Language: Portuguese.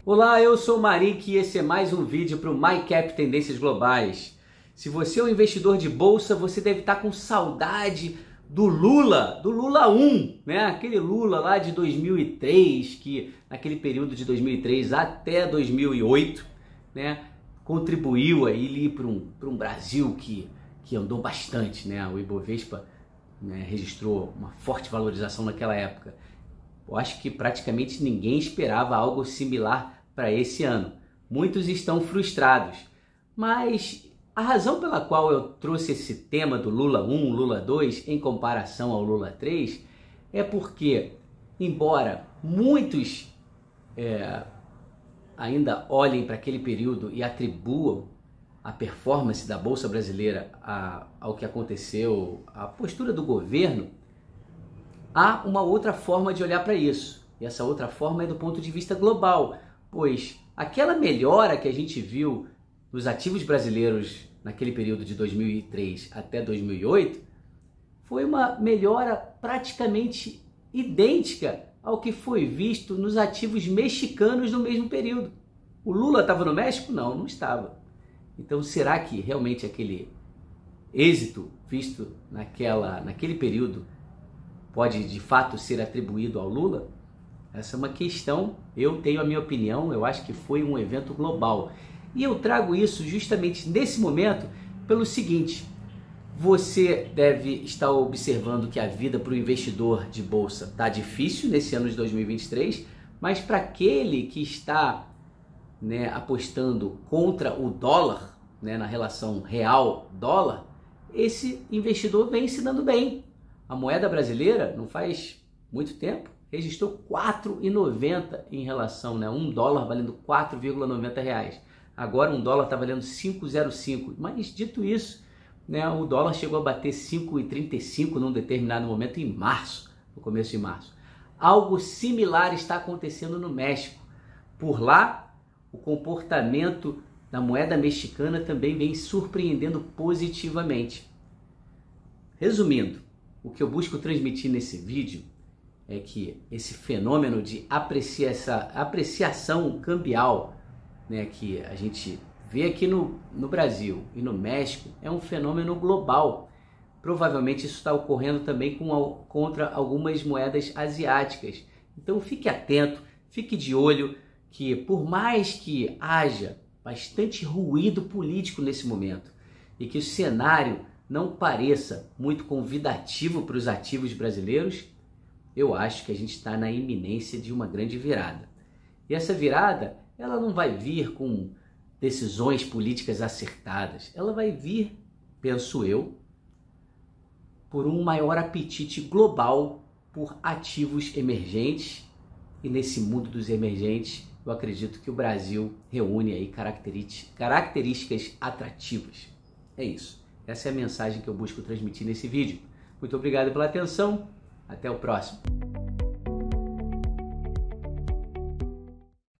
Olá, eu sou o Marik e esse é mais um vídeo para o MyCap Tendências Globais. Se você é um investidor de bolsa, você deve estar com saudade do Lula 1, né? Aquele Lula lá de 2003, que naquele período de 2003 até 2008, né, contribuiu aí para um Brasil que andou bastante, né? O Ibovespa, né, registrou uma forte valorização naquela época. Eu acho que praticamente ninguém esperava algo similar para esse ano. Muitos estão frustrados, mas a razão pela qual eu trouxe esse tema do Lula 1, Lula 2 em comparação ao Lula 3 é porque, embora muitos ainda olhem para aquele período e atribuam a performance da Bolsa Brasileira ao que aconteceu, a postura do governo, há uma outra forma de olhar para isso. E essa outra forma é do ponto de vista global, pois aquela melhora que a gente viu nos ativos brasileiros naquele período de 2003 até 2008 foi uma melhora praticamente idêntica ao que foi visto nos ativos mexicanos no mesmo período. O Lula estava no México? Não, não estava. Então, será que realmente aquele êxito visto naquele período pode de fato ser atribuído ao Lula? Essa é uma questão, eu tenho a minha opinião, eu acho que foi um evento global. E eu trago isso justamente nesse momento pelo seguinte: você deve estar observando que a vida para o investidor de bolsa está difícil nesse ano de 2023, mas para aquele que está, né, apostando contra o dólar, né, na relação real-dólar, esse investidor vem se dando bem. A moeda brasileira, não faz muito tempo, registrou 4,90 em relação, né, um dólar valendo 4,90 reais. Agora um dólar está valendo 5,05. Mas dito isso, né, o dólar chegou a bater 5,35 num determinado momento em março, no começo de março. Algo similar está acontecendo no México. Por lá, o comportamento da moeda mexicana também vem surpreendendo positivamente. Resumindo, o que eu busco transmitir nesse vídeo é que esse fenômeno de apreciação cambial, né, que a gente vê aqui no Brasil e no México, é um fenômeno global. Provavelmente isso está ocorrendo também contra algumas moedas asiáticas. Então fique atento, fique de olho, que por mais que haja bastante ruído político nesse momento e que o cenário não pareça muito convidativo para os ativos brasileiros, eu acho que a gente está na iminência de uma grande virada. E essa virada, ela não vai vir com decisões políticas acertadas. Ela vai vir, penso eu, por um maior apetite global por ativos emergentes. E nesse mundo dos emergentes, eu acredito que o Brasil reúne aí características atrativas. É isso. Essa é a mensagem que eu busco transmitir nesse vídeo. Muito obrigado pela atenção. Até o próximo.